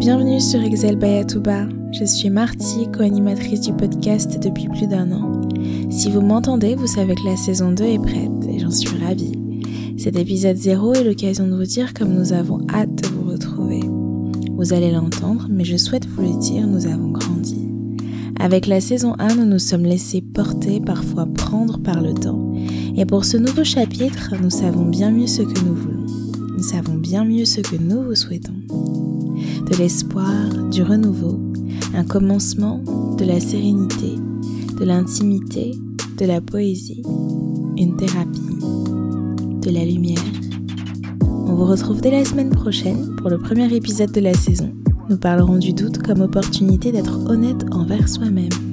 Bienvenue sur Excel by Atouba. Je suis Marty, co-animatrice du podcast depuis plus d'1 an. Si vous m'entendez, vous savez que la saison 2 est prête et j'en suis ravie. Cet épisode 0 est l'occasion de vous dire comme nous avons hâte de vous retrouver. Vous allez l'entendre, mais je souhaite vous le dire, nous avons grandi. Avec la saison 1, nous nous sommes laissés porter, parfois prendre par le temps. Et pour ce nouveau chapitre, nous savons bien mieux ce que nous voulons. Nous savons bien mieux ce que nous vous souhaitons. De l'espoir, du renouveau, un commencement, de la sérénité, de l'intimité, de la poésie, une thérapie, de la lumière. On vous retrouve dès la semaine prochaine pour le premier épisode de la saison. Nous parlerons du doute comme opportunité d'être honnête envers soi-même.